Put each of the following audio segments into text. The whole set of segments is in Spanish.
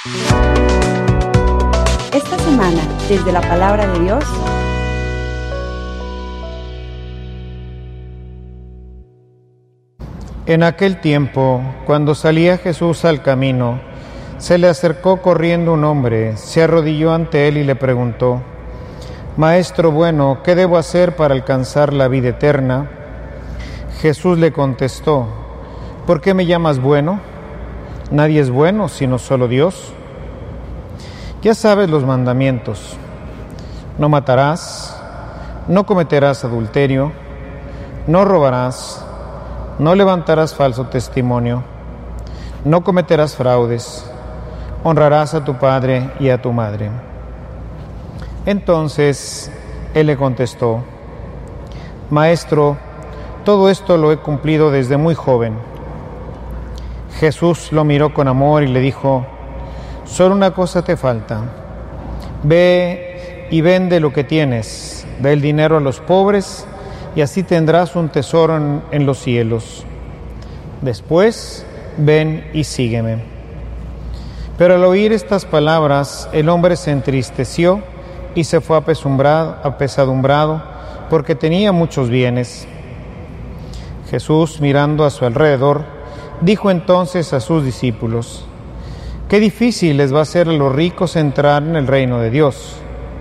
Esta semana, desde la Palabra de Dios, en aquel tiempo, cuando salía Jesús al camino, se le acercó corriendo un hombre, se arrodilló ante él y le preguntó: Maestro bueno, ¿qué debo hacer para alcanzar la vida eterna? Jesús le contestó: ¿Por qué me llamas bueno? Nadie es bueno sino solo Dios. Ya sabes los mandamientos: no matarás, no cometerás adulterio, no robarás, no levantarás falso testimonio, no cometerás fraudes, honrarás a tu padre y a tu madre. Entonces él le contestó: Maestro, todo esto lo he cumplido desde muy joven. Jesús lo miró con amor y le dijo: Solo una cosa te falta. Ve y vende lo que tienes, da el dinero a los pobres y así tendrás un tesoro en los cielos. Después, ven y sígueme. Pero al oír estas palabras, el hombre se entristeció y se fue apesadumbrado porque tenía muchos bienes. Jesús, mirando a su alrededor, dijo entonces a sus discípulos: Qué difícil les va a ser a los ricos entrar en el reino de Dios.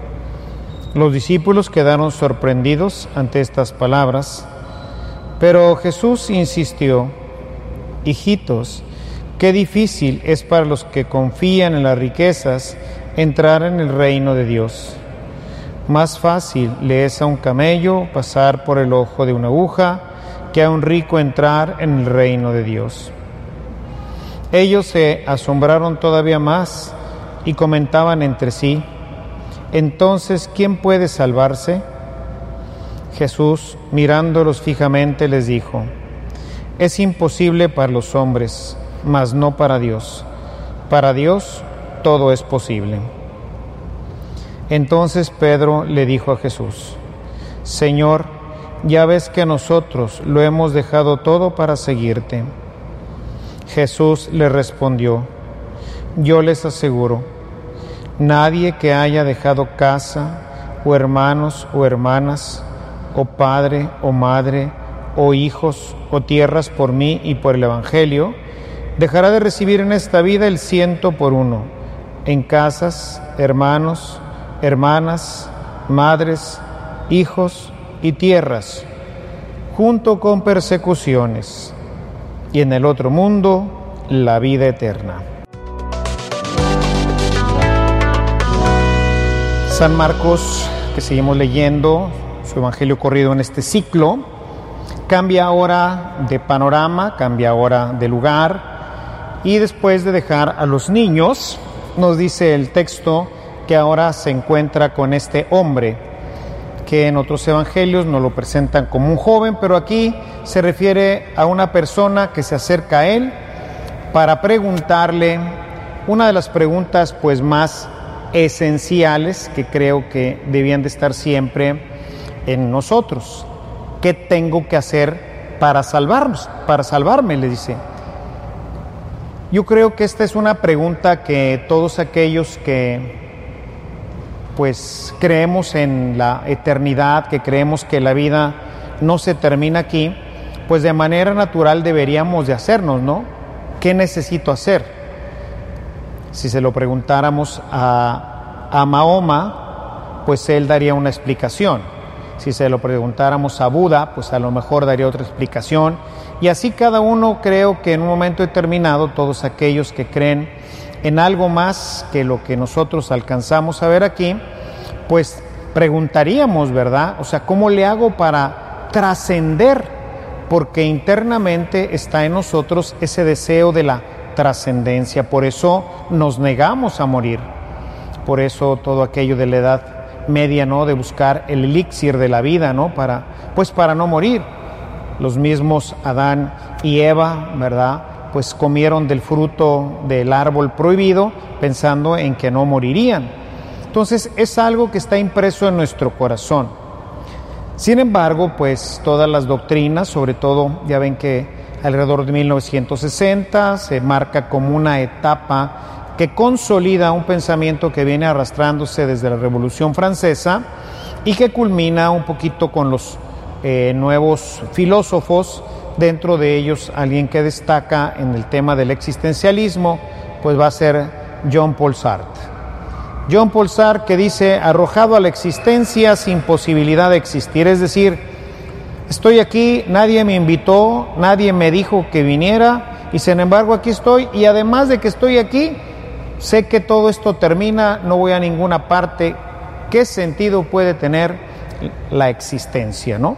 Los discípulos quedaron sorprendidos ante estas palabras, pero Jesús insistió: Hijitos, qué difícil es para los que confían en las riquezas entrar en el reino de Dios. Más fácil le es a un camello pasar por el ojo de una aguja que a un rico entrar en el reino de Dios. Ellos se asombraron todavía más y comentaban entre sí: Entonces, ¿quién puede salvarse? Jesús, mirándolos fijamente, les dijo: Es imposible para los hombres, mas no para Dios. Para Dios todo es posible. Entonces Pedro le dijo a Jesús: Señor, ya ves que nosotros lo hemos dejado todo para seguirte. Jesús le respondió: Yo les aseguro, nadie que haya dejado casa, o hermanos o hermanas, o padre o madre, o hijos o tierras por mí y por el Evangelio, dejará de recibir en esta vida el 100 por 1, en casas, hermanos, hermanas, madres, hijos y tierras, junto con persecuciones, y en el otro mundo la vida eterna. San Marcos, que seguimos leyendo, su evangelio corrido en este ciclo, cambia ahora de panorama, cambia ahora de lugar, y después de dejar a los niños, nos dice el texto que ahora se encuentra con este hombre, que en otros evangelios nos lo presentan como un joven, pero aquí se refiere a una persona que se acerca a él para preguntarle una de las preguntas pues más esenciales que creo que debían de estar siempre en nosotros. ¿Qué tengo que hacer para salvarnos? Para salvarme, le dice. Yo creo que esta es una pregunta que todos aquellos que pues creemos en la eternidad, que creemos que la vida no se termina aquí, pues de manera natural deberíamos de hacernos, ¿no? ¿Qué necesito hacer? Si se lo preguntáramos a Mahoma, pues él daría una explicación. Si se lo preguntáramos a Buda, pues a lo mejor daría otra explicación. Y así cada uno, creo que en un momento determinado, todos aquellos que creen en algo más que lo que nosotros alcanzamos a ver aquí, pues preguntaríamos, ¿verdad? O sea, ¿cómo le hago para trascender? Porque internamente está en nosotros ese deseo de la trascendencia. Por eso nos negamos a morir. Por eso todo aquello de la edad media, ¿no? De buscar el elixir de la vida, ¿no? Para no morir. Los mismos Adán y Eva, ¿verdad? Pues comieron del fruto del árbol prohibido pensando en que no morirían. Entonces es algo que está impreso en nuestro corazón. Sin embargo, pues todas las doctrinas, sobre todo, ya ven que alrededor de 1960 se marca como una etapa que consolida un pensamiento que viene arrastrándose desde la Revolución Francesa y que culmina un poquito con los nuevos filósofos. Dentro de ellos, alguien que destaca en el tema del existencialismo, pues va a ser Jean-Paul Sartre. Jean-Paul Sartre, que dice: arrojado a la existencia sin posibilidad de existir, es decir, estoy aquí, nadie me invitó, nadie me dijo que viniera, y sin embargo aquí estoy, y además de que estoy aquí, sé que todo esto termina, no voy a ninguna parte. ¿Qué sentido puede tener la existencia, no?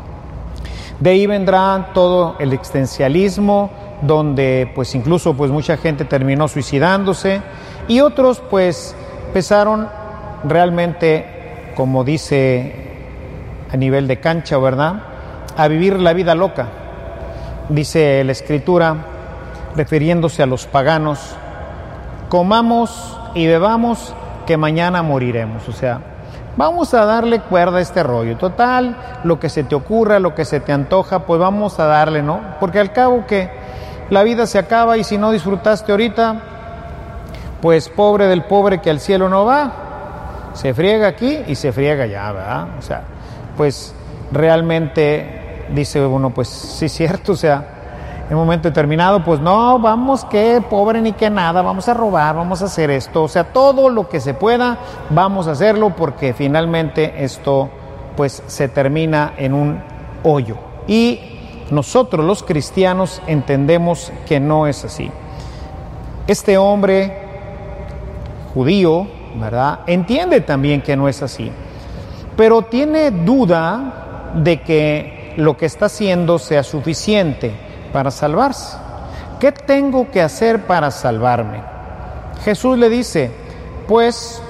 De ahí vendrá todo el existencialismo, donde pues incluso pues mucha gente terminó suicidándose, y otros pues empezaron realmente, como dice a nivel de cancha, ¿verdad?, a vivir la vida loca. Dice la Escritura, refiriéndose a los paganos: comamos y bebamos, que mañana moriremos. O sea, vamos a darle cuerda a este rollo. Total, lo que se te ocurra, lo que se te antoja, pues vamos a darle, ¿no? Porque al cabo que la vida se acaba, y si no disfrutaste ahorita, pues pobre del pobre que al cielo no va. Se friega aquí y se friega allá, ¿verdad? O sea, pues realmente dice uno, pues sí es cierto, o sea, en un momento determinado, pues no, vamos que pobre ni que nada, vamos a robar, vamos a hacer esto, o sea, todo lo que se pueda, vamos a hacerlo, porque finalmente esto pues se termina en un hoyo. Y nosotros los cristianos entendemos que no es así. Este hombre judío, ¿verdad?, entiende también que no es así, pero tiene duda de que lo que está haciendo sea suficiente para salvarse. ¿Qué tengo que hacer para salvarme? Jesús le dice, pues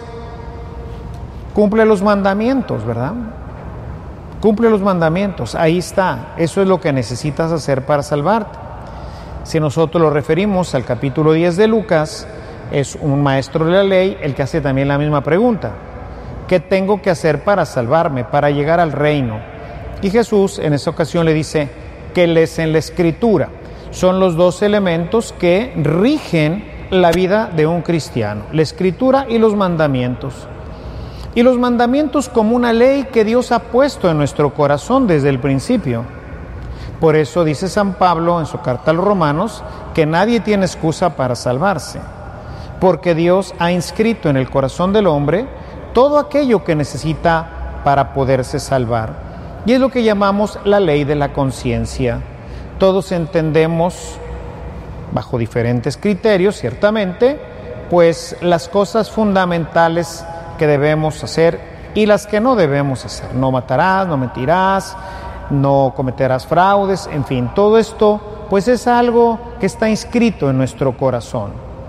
cumple los mandamientos, ¿verdad? Cumple los mandamientos, ahí está, eso es lo que necesitas hacer para salvarte. Si nosotros lo referimos al capítulo 10 de Lucas, es un maestro de la ley el que hace también la misma pregunta: ¿qué tengo que hacer para salvarme, para llegar al reino? Y Jesús en esa ocasión le dice que lees en la Escritura. Son los dos elementos que rigen la vida de un cristiano: la Escritura y los mandamientos. Y los mandamientos como una ley que Dios ha puesto en nuestro corazón desde el principio. Por eso dice San Pablo en su carta a los Romanos que nadie tiene excusa para salvarse, porque Dios ha inscrito en el corazón del hombre todo aquello que necesita para poderse salvar. Y es lo que llamamos la ley de la conciencia. Todos entendemos, bajo diferentes criterios, ciertamente, pues las cosas fundamentales que debemos hacer y las que no debemos hacer. No matarás, no mentirás, no cometerás fraudes, en fin, todo esto pues es algo que está inscrito en nuestro corazón.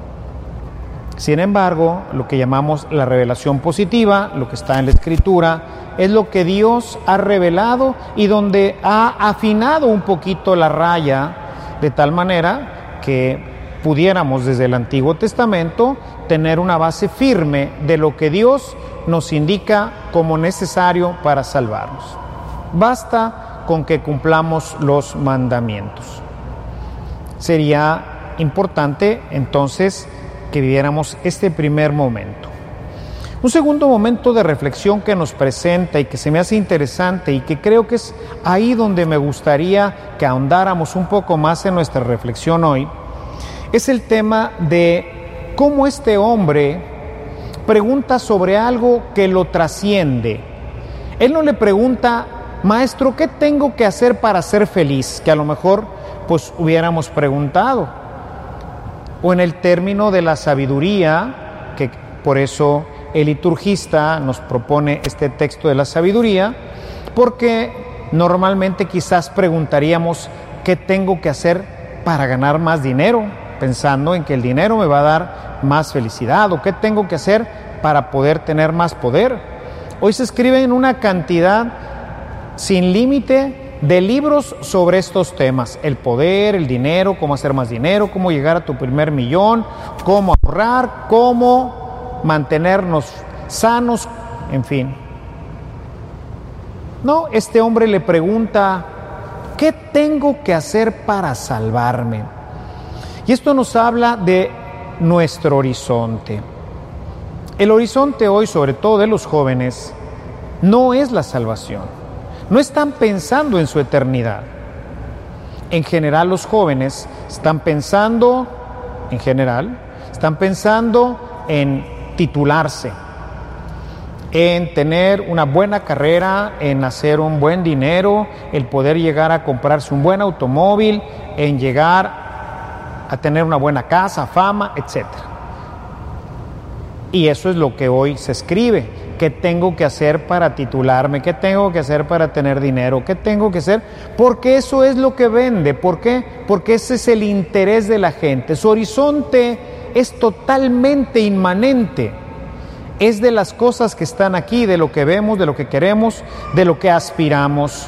Sin embargo, lo que llamamos la revelación positiva, lo que está en la Escritura, es lo que Dios ha revelado y donde ha afinado un poquito la raya, de tal manera que pudiéramos desde el Antiguo Testamento tener una base firme de lo que Dios nos indica como necesario para salvarnos. Basta con que cumplamos los mandamientos. Sería importante entonces que viviéramos este primer momento. Un segundo momento de reflexión que nos presenta y que se me hace interesante y que creo que es ahí donde me gustaría que ahondáramos un poco más en nuestra reflexión hoy, es el tema de cómo este hombre pregunta sobre algo que lo trasciende. Él no le pregunta, maestro, ¿qué tengo que hacer para ser feliz? Que a lo mejor pues hubiéramos preguntado. O en el término de la sabiduría, que por eso el liturgista nos propone este texto de la sabiduría, porque normalmente quizás preguntaríamos ¿qué tengo que hacer para ganar más dinero? Pensando en que el dinero me va a dar más felicidad, o ¿qué tengo que hacer para poder tener más poder? Hoy se escriben una cantidad sin límite de libros sobre estos temas: el poder, el dinero, cómo hacer más dinero, cómo llegar a tu primer millón, cómo ahorrar, cómo mantenernos sanos, en fin. No, este hombre le pregunta, ¿qué tengo que hacer para salvarme? Y esto nos habla de nuestro horizonte. El horizonte hoy, sobre todo de los jóvenes, no es la salvación. No están pensando en su eternidad. En general, los jóvenes están pensando en titularse, en tener una buena carrera, en hacer un buen dinero, el poder llegar a comprarse un buen automóvil, en llegar a tener una buena casa, fama, etc. Y eso es lo que hoy se escribe. ¿Qué tengo que hacer para titularme? ¿Qué tengo que hacer para tener dinero? ¿Qué tengo que hacer? Porque eso es lo que vende. ¿Por qué? Porque ese es el interés de la gente. Su horizonte es totalmente inmanente. Es de las cosas que están aquí, de lo que vemos, de lo que queremos, de lo que aspiramos.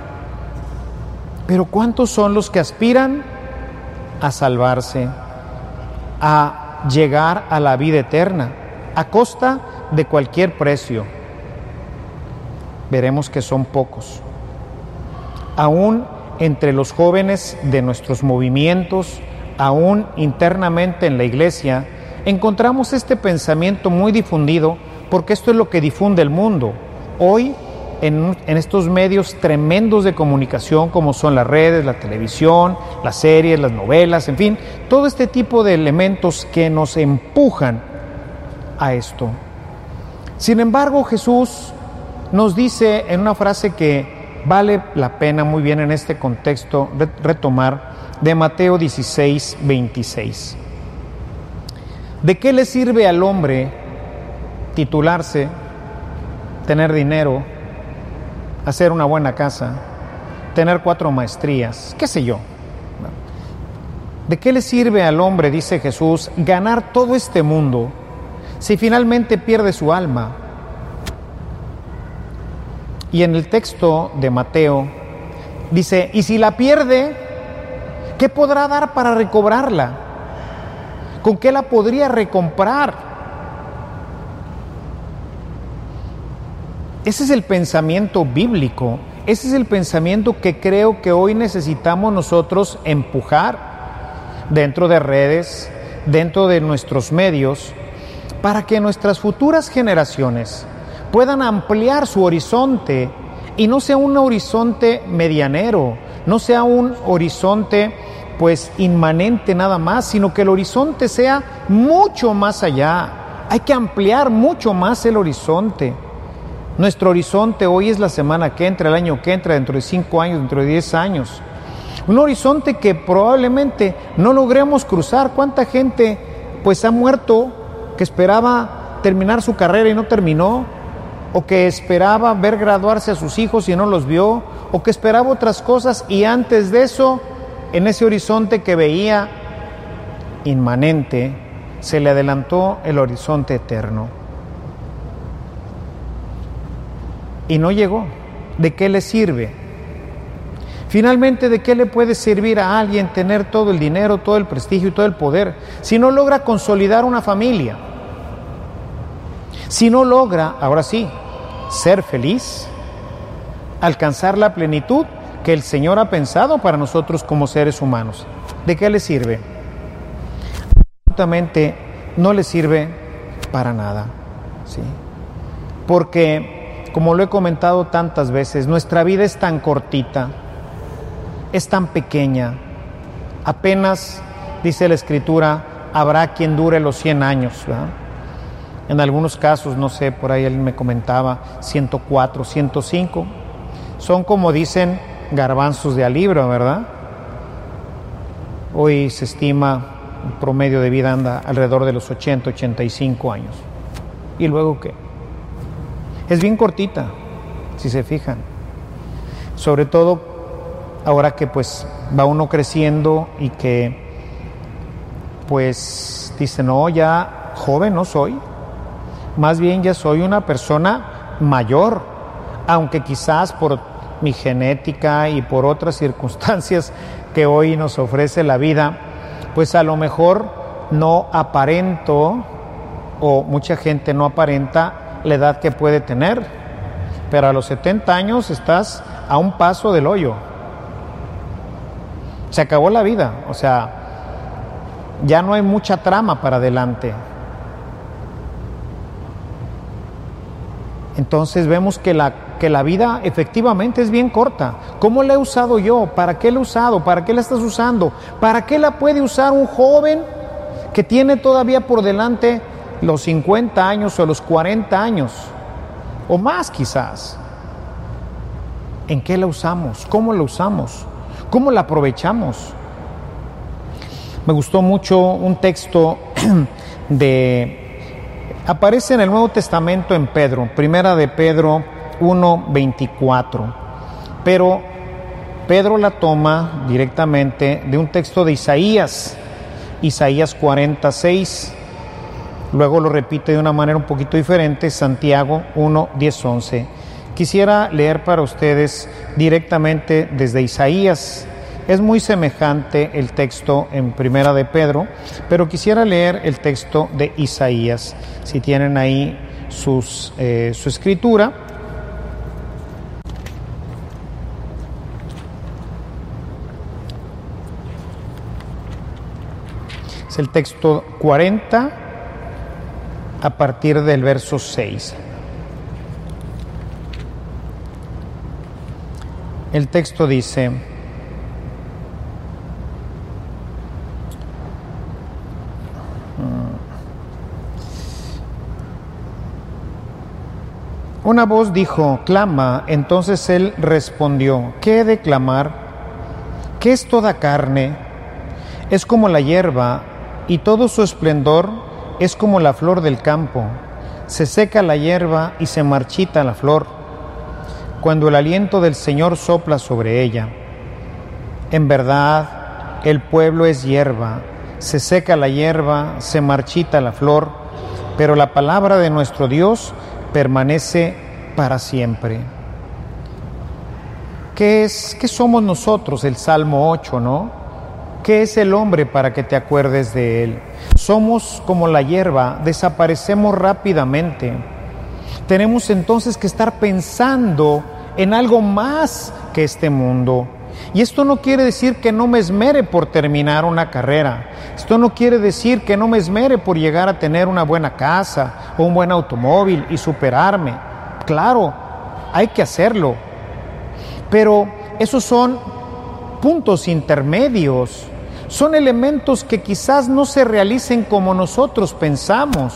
Pero ¿cuántos son los que aspiran a salvarse, a llegar a la vida eterna, a costa de cualquier precio? Veremos que son pocos. Aún entre los jóvenes de nuestros movimientos, aún internamente en la iglesia, encontramos este pensamiento muy difundido, porque esto es lo que difunde el mundo. Hoy, en estos medios tremendos de comunicación como son las redes, la televisión, las series, las novelas, en fin, todo este tipo de elementos que nos empujan a esto. Sin embargo, Jesús nos dice en una frase que vale la pena muy bien en este contexto retomar, de Mateo 16, 26. ¿De qué le sirve al hombre titularse, tener dinero, hacer una buena casa, tener 4 maestrías, qué sé yo? ¿De qué le sirve al hombre, dice Jesús, ganar todo este mundo si finalmente pierde su alma? Y en el texto de Mateo dice, y si la pierde, ¿qué podrá dar para recobrarla? ¿Con qué la podría recomprar? Ese es el pensamiento bíblico, ese es el pensamiento que creo que hoy necesitamos nosotros empujar dentro de redes, dentro de nuestros medios, para que nuestras futuras generaciones puedan ampliar su horizonte y no sea un horizonte medianero, no sea un horizonte pues inmanente nada más, sino que el horizonte sea mucho más allá. Hay que ampliar mucho más el horizonte. Nuestro horizonte hoy es la semana que entra, el año que entra, dentro de 5 años, dentro de 10 años. Un horizonte que probablemente no logremos cruzar. ¿Cuánta gente pues ha muerto que esperaba terminar su carrera y no terminó? O que esperaba ver graduarse a sus hijos y no los vio, o que esperaba otras cosas y antes de eso, en ese horizonte que veía inmanente, se le adelantó el horizonte eterno. Y no llegó. ¿De qué le sirve? Finalmente, ¿de qué le puede servir a alguien tener todo el dinero, todo el prestigio y todo el poder si no logra consolidar una familia? Si no logra, ahora sí, ser feliz, alcanzar la plenitud que el Señor ha pensado para nosotros como seres humanos. ¿De qué le sirve? Absolutamente no le sirve para nada, ¿sí? Porque, como lo he comentado tantas veces, nuestra vida es tan cortita, es tan pequeña. Apenas, dice la Escritura, habrá quien dure los 100 años, ¿verdad? En algunos casos, no sé, por ahí él me comentaba, 104, 105. Son, como dicen, garbanzos de a libra, ¿verdad? Hoy se estima el promedio de vida anda alrededor de los 80, 85 años. ¿Y luego qué? Es bien cortita, si se fijan. Sobre todo ahora que pues va uno creciendo y que pues dice, no, ya joven no soy. Más bien ya soy una persona mayor, aunque quizás por mi genética y por otras circunstancias que hoy nos ofrece la vida, pues a lo mejor no aparento, o mucha gente no aparenta la edad que puede tener, pero a los 70 años estás a un paso del hoyo. Se acabó la vida, o sea, ya no hay mucha trama para adelante. Entonces vemos que la vida efectivamente es bien corta. ¿Cómo la he usado yo? ¿Para qué la he usado? ¿Para qué la estás usando? ¿Para qué la puede usar un joven que tiene todavía por delante los 50 años o los 40 años? O más quizás. ¿En qué la usamos? ¿Cómo la usamos? ¿Cómo la aprovechamos? Me gustó mucho un texto aparece en el Nuevo Testamento en Pedro, primera de Pedro 1:24, pero Pedro la toma directamente de un texto de Isaías 46, luego lo repite de una manera un poquito diferente, Santiago 1:10-11. Quisiera leer para ustedes directamente desde Isaías. Es muy semejante el texto en primera de Pedro, pero quisiera leer el texto de Isaías. Si tienen ahí su escritura. Es el texto 40 a partir del verso 6. El texto dice: una voz dijo, clama. Entonces él respondió, ¿qué he de clamar? ¿Qué es toda carne? Es como la hierba, y todo su esplendor es como la flor del campo. Se seca la hierba y se marchita la flor, cuando el aliento del Señor sopla sobre ella. En verdad, el pueblo es hierba, se seca la hierba, se marchita la flor, pero la palabra de nuestro Dios permanece para siempre. ¿Qué somos nosotros? El Salmo 8, ¿no? ¿Qué es el hombre para que te acuerdes de él? Somos como la hierba, desaparecemos rápidamente. Tenemos entonces que estar pensando en algo más que este mundo. Y esto no quiere decir que no me esmere por terminar una carrera. Esto no quiere decir que no me esmere por llegar a tener una buena casa o un buen automóvil y superarme. Claro, hay que hacerlo. Pero esos son puntos intermedios. Son elementos que quizás no se realicen como nosotros pensamos.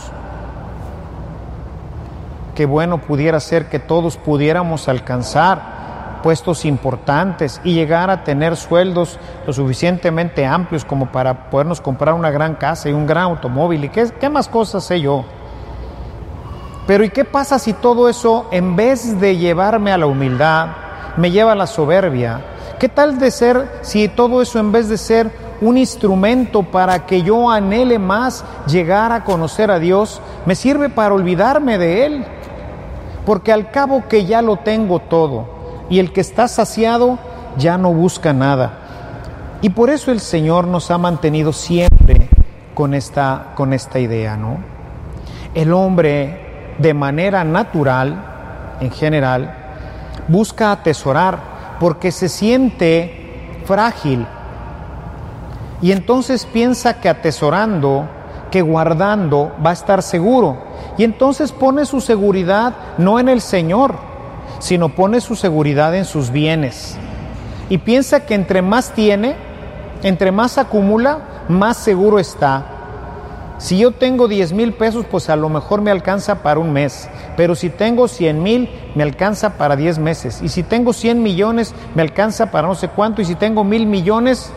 Qué bueno pudiera ser que todos pudiéramos alcanzar puestos importantes y llegar a tener sueldos lo suficientemente amplios como para podernos comprar una gran casa y un gran automóvil y qué más cosas sé yo. Pero ¿y qué pasa si todo eso, en vez de llevarme a la humildad, me lleva a la soberbia? ¿Qué tal de ser si todo eso, en vez de ser un instrumento para que yo anhele más llegar a conocer a Dios, me sirve para olvidarme de Él? Porque al cabo que ya lo tengo todo, y el que está saciado ya no busca nada. Y por eso el Señor nos ha mantenido siempre con esta idea, ¿no? El hombre, de manera natural, en general, busca atesorar porque se siente frágil. Y entonces piensa que atesorando, que guardando, va a estar seguro. Y entonces pone su seguridad no en el Señor, sino pone su seguridad en sus bienes. Y piensa que entre más tiene, entre más acumula, más seguro está. Si yo tengo 10,000 pesos, pues a lo mejor me alcanza para un mes. Pero si tengo 100,000, me alcanza para 10 meses. Y si tengo 100 millones, me alcanza para no sé cuánto. Y si tengo 1,000 millones,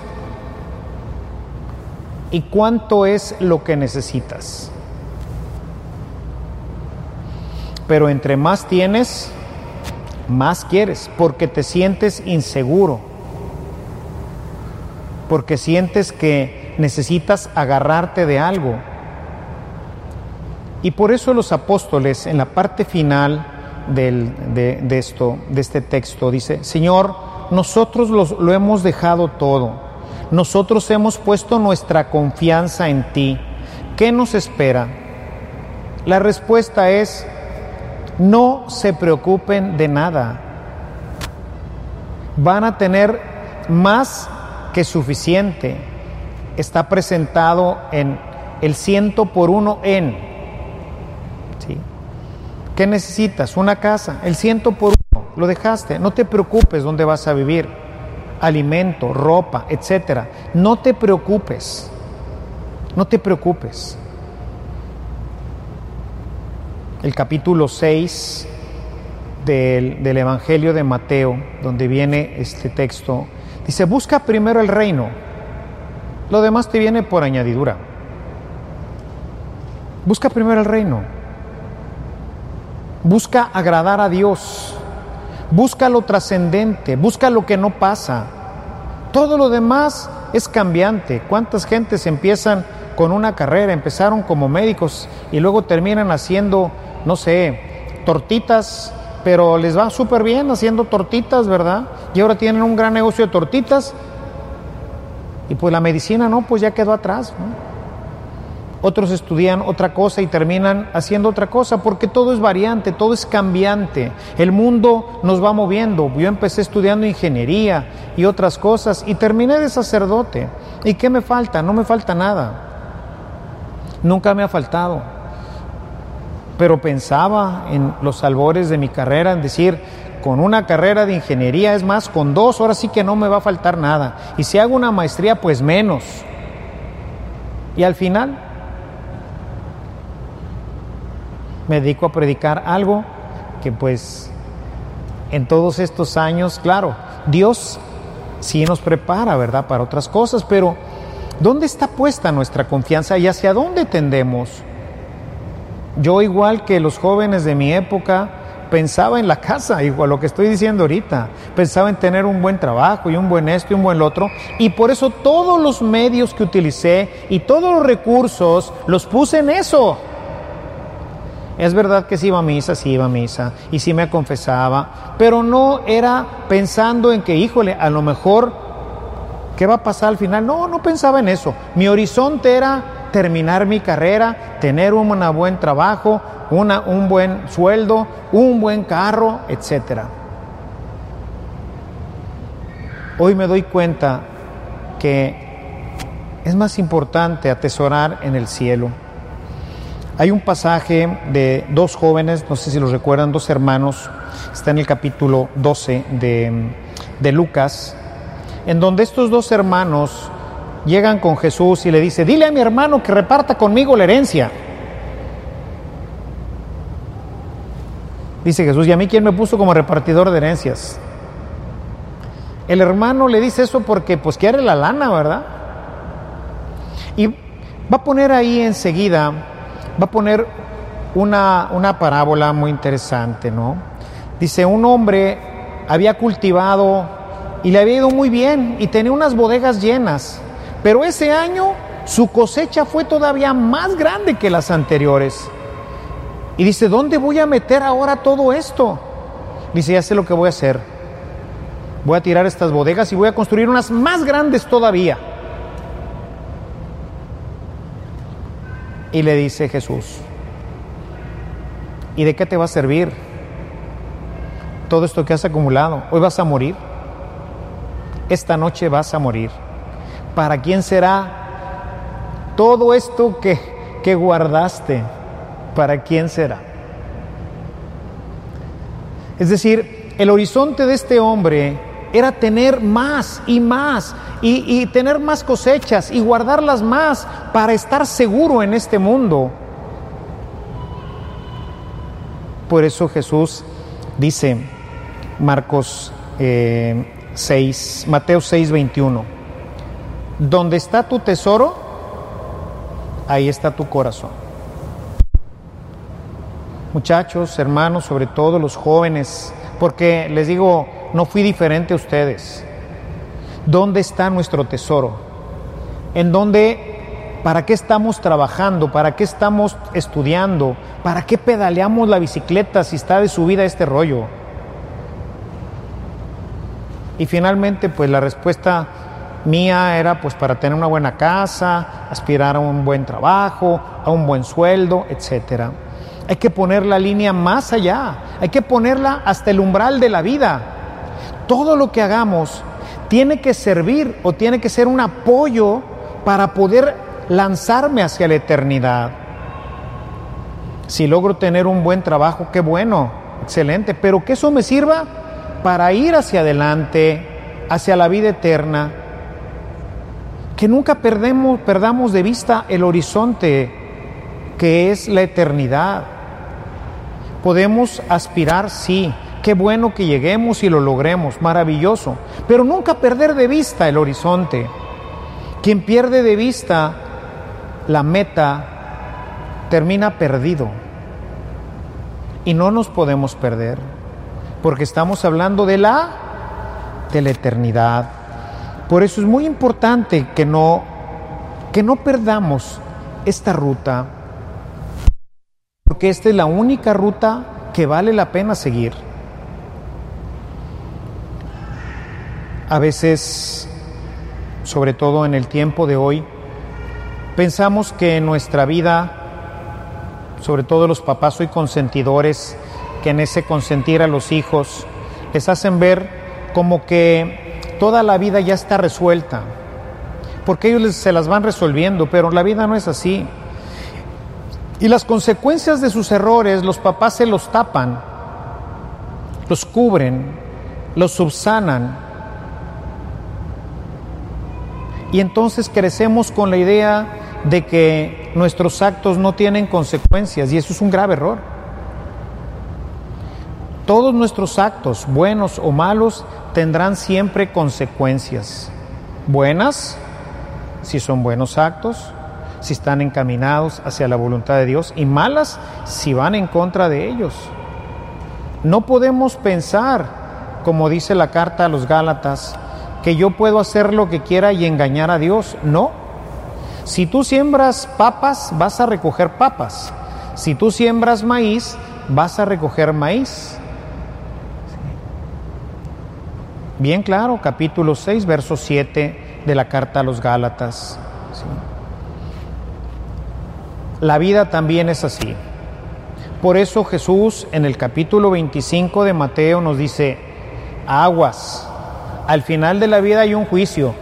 ¿y cuánto es lo que necesitas? Pero entre más tienes, más quieres, porque te sientes inseguro, porque sientes que necesitas agarrarte de algo. Y por eso los apóstoles, en la parte final de este texto, dice: Señor, nosotros lo hemos dejado todo, nosotros hemos puesto nuestra confianza en ti. ¿Qué nos espera? La respuesta es: no se preocupen de nada. Van a tener más que suficiente. está presentado en el 100 por 1 en. ¿Sí? ¿Qué necesitas? Una casa, el 100 por 1, lo dejaste. No te preocupes dónde vas a vivir, alimento, ropa, etcétera. No te preocupes, no te preocupes. El capítulo 6 del Evangelio de Mateo, donde viene este texto, dice: busca primero el reino, lo demás te viene por añadidura. Busca primero el reino, busca agradar a Dios, busca lo trascendente, busca lo que no pasa. Todo lo demás es cambiante. ¿Cuántas gentes empiezan con una carrera, empezaron como médicos y luego terminan haciendo, no sé, tortitas, pero les va súper bien haciendo tortitas, ¿verdad? Y ahora tienen un gran negocio de tortitas y pues la medicina no, pues ya quedó atrás, ¿no? Otros estudian otra cosa y terminan haciendo otra cosa, porque todo es variante, todo es cambiante. El mundo nos va moviendo. Yo empecé estudiando ingeniería y otras cosas y terminé de sacerdote. ¿Y qué me falta? No me falta nada. Nunca me ha faltado. Pero pensaba en los albores de mi carrera, en decir, con una carrera de ingeniería, es más, con 2, ahora sí que no me va a faltar nada. Y si hago una maestría, pues menos. Y al final me dedico a predicar algo que pues en todos estos años, claro, Dios sí nos prepara, ¿verdad?, para otras cosas, pero ¿dónde está puesta nuestra confianza y hacia dónde tendemos? Yo, igual que los jóvenes de mi época, pensaba en la casa, igual lo que estoy diciendo ahorita, pensaba en tener un buen trabajo y un buen esto y un buen lo otro, y por eso todos los medios que utilicé y todos los recursos los puse en eso. Es verdad que sí iba a misa, y sí me confesaba, pero no era pensando en que, híjole, a lo mejor, ¿qué va a pasar al final? No pensaba en eso. Mi horizonte era terminar mi carrera, tener un buen trabajo, un buen sueldo, un buen carro, etcétera. Hoy me doy cuenta que es más importante atesorar en el cielo. Hay un pasaje de 2 jóvenes, no sé si los recuerdan, 2 hermanos, está en el capítulo 12 de Lucas, en donde estos 2 hermanos llegan con Jesús y le dice: dile a mi hermano que reparta conmigo la herencia. Dice Jesús: ¿y a mí quién me puso como repartidor de herencias? El hermano le dice eso porque pues quiere la lana, ¿verdad? Y va a poner ahí enseguida, va a poner una parábola muy interesante, ¿no? Dice: un hombre había cultivado y le había ido muy bien y tenía unas bodegas llenas, pero ese año su cosecha fue todavía más grande que las anteriores. Y dice: ¿dónde voy a meter ahora todo esto? Dice: ya sé lo que voy a hacer. Voy a tirar estas bodegas y voy a construir unas más grandes todavía. Y le dice Jesús: ¿y de qué te va a servir todo esto que has acumulado? Hoy vas a morir, esta noche vas a morir. ¿Para quién será todo esto que guardaste? ¿Para quién será? Es decir, el horizonte de este hombre era tener más y más y tener más cosechas y guardarlas más para estar seguro en este mundo. Por eso Jesús dice, Mateo 6:21, donde está tu tesoro, ahí está tu corazón. Muchachos, hermanos, sobre todo los jóvenes, porque les digo, no fui diferente a ustedes. ¿Dónde está nuestro tesoro? ¿En dónde? ¿Para qué estamos trabajando? ¿Para qué estamos estudiando? ¿Para qué pedaleamos la bicicleta si está de subida este rollo? Y finalmente, pues la respuesta mía era pues para tener una buena casa, aspirar a un buen trabajo, a un buen sueldo, etcétera. Hay que poner la línea más allá, hay que ponerla hasta el umbral de la vida. Todo lo que hagamos tiene que servir o tiene que ser un apoyo para poder lanzarme hacia la eternidad. Si logro tener un buen trabajo, qué bueno, excelente, pero que eso me sirva para ir hacia adelante, hacia la vida eterna. Que nunca perdamos de vista el horizonte que es la eternidad. Podemos aspirar, sí, qué bueno que lleguemos y lo logremos, maravilloso, pero nunca perder de vista el horizonte. Quien pierde de vista la meta termina perdido. Y no nos podemos perder, porque estamos hablando de la eternidad. Por eso es muy importante que no perdamos esta ruta, porque esta es la única ruta que vale la pena seguir. A veces, sobre todo en el tiempo de hoy, pensamos que en nuestra vida, sobre todo los papás hoy consentidores, que en ese consentir a los hijos les hacen ver como que toda la vida ya está resuelta, porque ellos se las van resolviendo, pero la vida no es así. Y las consecuencias de sus errores, los papás se los tapan, los cubren, los subsanan. Y entonces crecemos con la idea de que nuestros actos no tienen consecuencias, y eso es un grave error. Todos nuestros actos, buenos o malos, tendrán siempre consecuencias. Buenas, si son buenos actos, si están encaminados hacia la voluntad de Dios, y malas, si van en contra de ellos. No podemos pensar, como dice la carta a los Gálatas, que yo puedo hacer lo que quiera y engañar a Dios. No. Si tú siembras papas, vas a recoger papas. Si tú siembras maíz, vas a recoger maíz. Bien claro, capítulo 6, verso 7 de la carta a los Gálatas. ¿Sí? La vida también es así. Por eso Jesús en el capítulo 25 de Mateo nos dice, aguas, al final de la vida hay un juicio.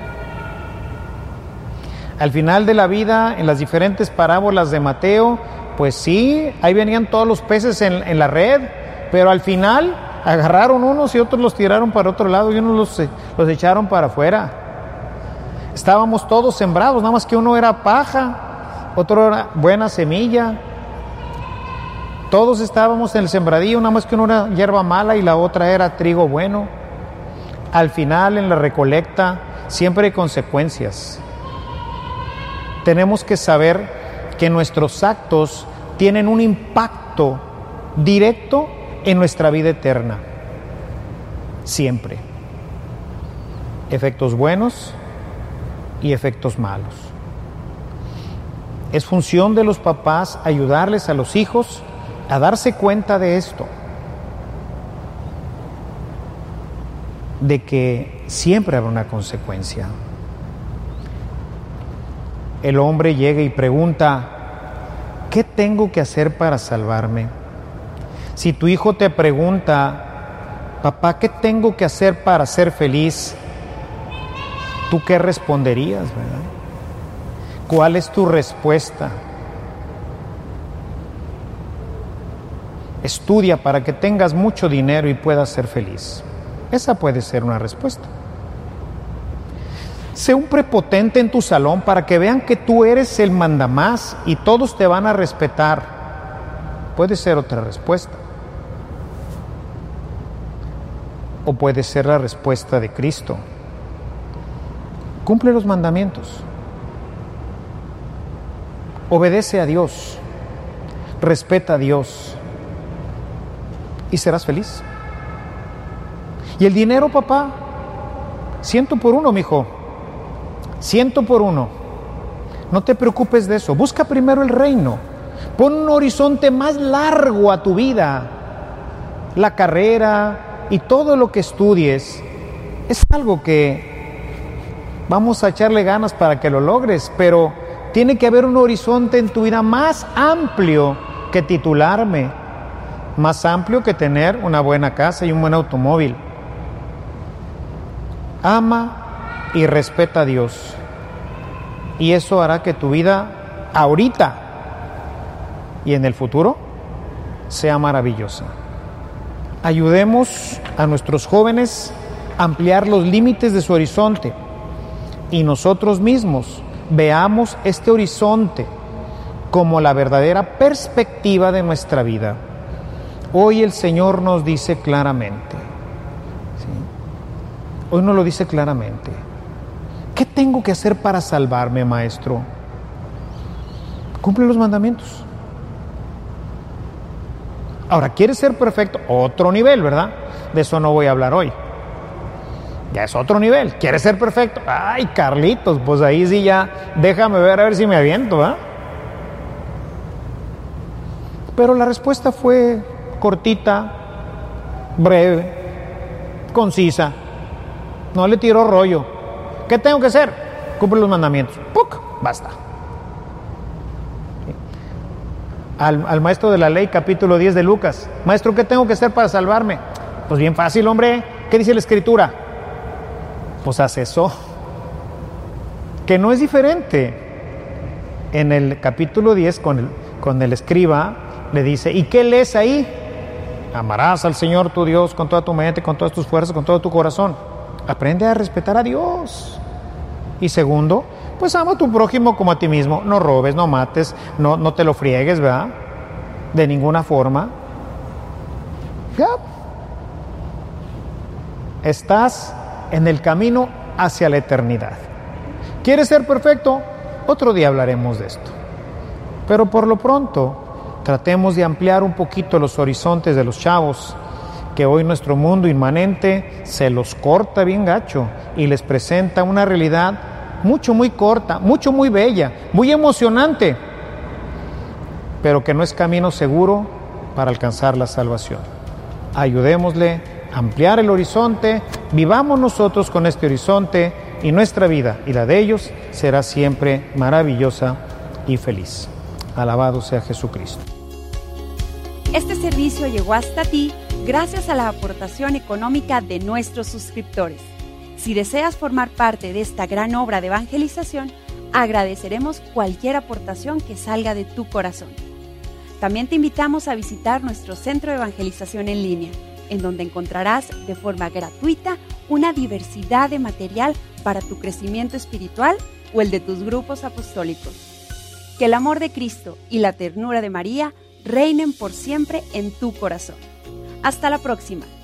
Al final de la vida, en las diferentes parábolas de Mateo, pues sí, ahí venían todos los peces en la red, pero al final agarraron unos y otros los tiraron para otro lado y unos los echaron para afuera. Estábamos todos sembrados, nada más que uno era paja, otro era buena semilla. Todos estábamos en el sembradío, nada más que uno era hierba mala y la otra era trigo bueno. Al final, en la recolecta, siempre hay consecuencias. Tenemos que saber que nuestros actos tienen un impacto directo en nuestra vida eterna. Siempre. Efectos buenos y efectos malos. Es función de los papás ayudarles a los hijos a darse cuenta de esto, de que siempre habrá una consecuencia. El hombre llega y pregunta, ¿qué tengo que hacer para salvarme? Si tu hijo te pregunta, papá, ¿qué tengo que hacer para ser feliz? ¿Tú qué responderías, verdad? ¿Cuál es tu respuesta? Estudia para que tengas mucho dinero y puedas ser feliz. Esa puede ser una respuesta. Sé un prepotente en tu salón para que vean que tú eres el mandamás y todos te van a respetar. Puede ser otra respuesta. O puede ser la respuesta de Cristo. Cumple los mandamientos. Obedece a Dios. Respeta a Dios. Y serás feliz. Y el dinero, papá, 100 por 1, mijo. 100 por 1. No te preocupes de eso. Busca primero el reino. Pon un horizonte más largo a tu vida. La carrera y todo lo que estudies es algo que vamos a echarle ganas para que lo logres, pero tiene que haber un horizonte en tu vida más amplio que titularme, más amplio que tener una buena casa y un buen automóvil. Ama y respeta a Dios. y eso hará que tu vida ahorita y en el futuro sea maravillosa. Ayudemos a nuestros jóvenes a ampliar los límites de su horizonte y nosotros mismos veamos este horizonte como la verdadera perspectiva de nuestra vida. Hoy el Señor nos dice claramente, ¿sí? Hoy nos lo dice claramente. ¿Qué tengo que hacer para salvarme, maestro? Cumple los mandamientos. Ahora, ¿quieres ser perfecto? Otro nivel, ¿verdad? De eso no voy a hablar hoy. Ya es otro nivel. ¿Quieres ser perfecto? Ay, Carlitos, pues ahí sí ya, déjame ver a ver si me aviento, ¿verdad? Pero la respuesta fue cortita, breve, concisa. No le tiró rollo. ¿Qué tengo que hacer? Cumple los mandamientos. ¡Puc! Basta. Al maestro de la ley, capítulo 10 de Lucas. Maestro, ¿qué tengo que hacer para salvarme? Pues bien fácil, hombre. ¿Qué dice la Escritura? Pues haz eso. Que no es diferente. En el capítulo 10, con el escriba, le dice, ¿y qué lees ahí? Amarás al Señor tu Dios con toda tu mente, con todas tus fuerzas, con todo tu corazón. Aprende a respetar a Dios. Y segundo, pues ama a tu prójimo como a ti mismo. No robes, no mates, no te lo friegues, ¿verdad? De ninguna forma. Ya. Estás en el camino hacia la eternidad. ¿Quieres ser perfecto? Otro día hablaremos de esto. Pero por lo pronto, tratemos de ampliar un poquito los horizontes de los chavos, que hoy nuestro mundo inmanente se los corta bien gacho y les presenta una realidad muy corta, muy bella, muy emocionante, pero que no es camino seguro para alcanzar la salvación. Ayudémosle a ampliar el horizonte, vivamos nosotros con este horizonte y nuestra vida y la de ellos será siempre maravillosa y feliz. Alabado sea Jesucristo. Este servicio llegó hasta ti gracias a la aportación económica de nuestros suscriptores. Si deseas formar parte de esta gran obra de evangelización, agradeceremos cualquier aportación que salga de tu corazón. También te invitamos a visitar nuestro centro de evangelización en línea, en donde encontrarás de forma gratuita una diversidad de material para tu crecimiento espiritual o el de tus grupos apostólicos. Que el amor de Cristo y la ternura de María reinen por siempre en tu corazón. Hasta la próxima.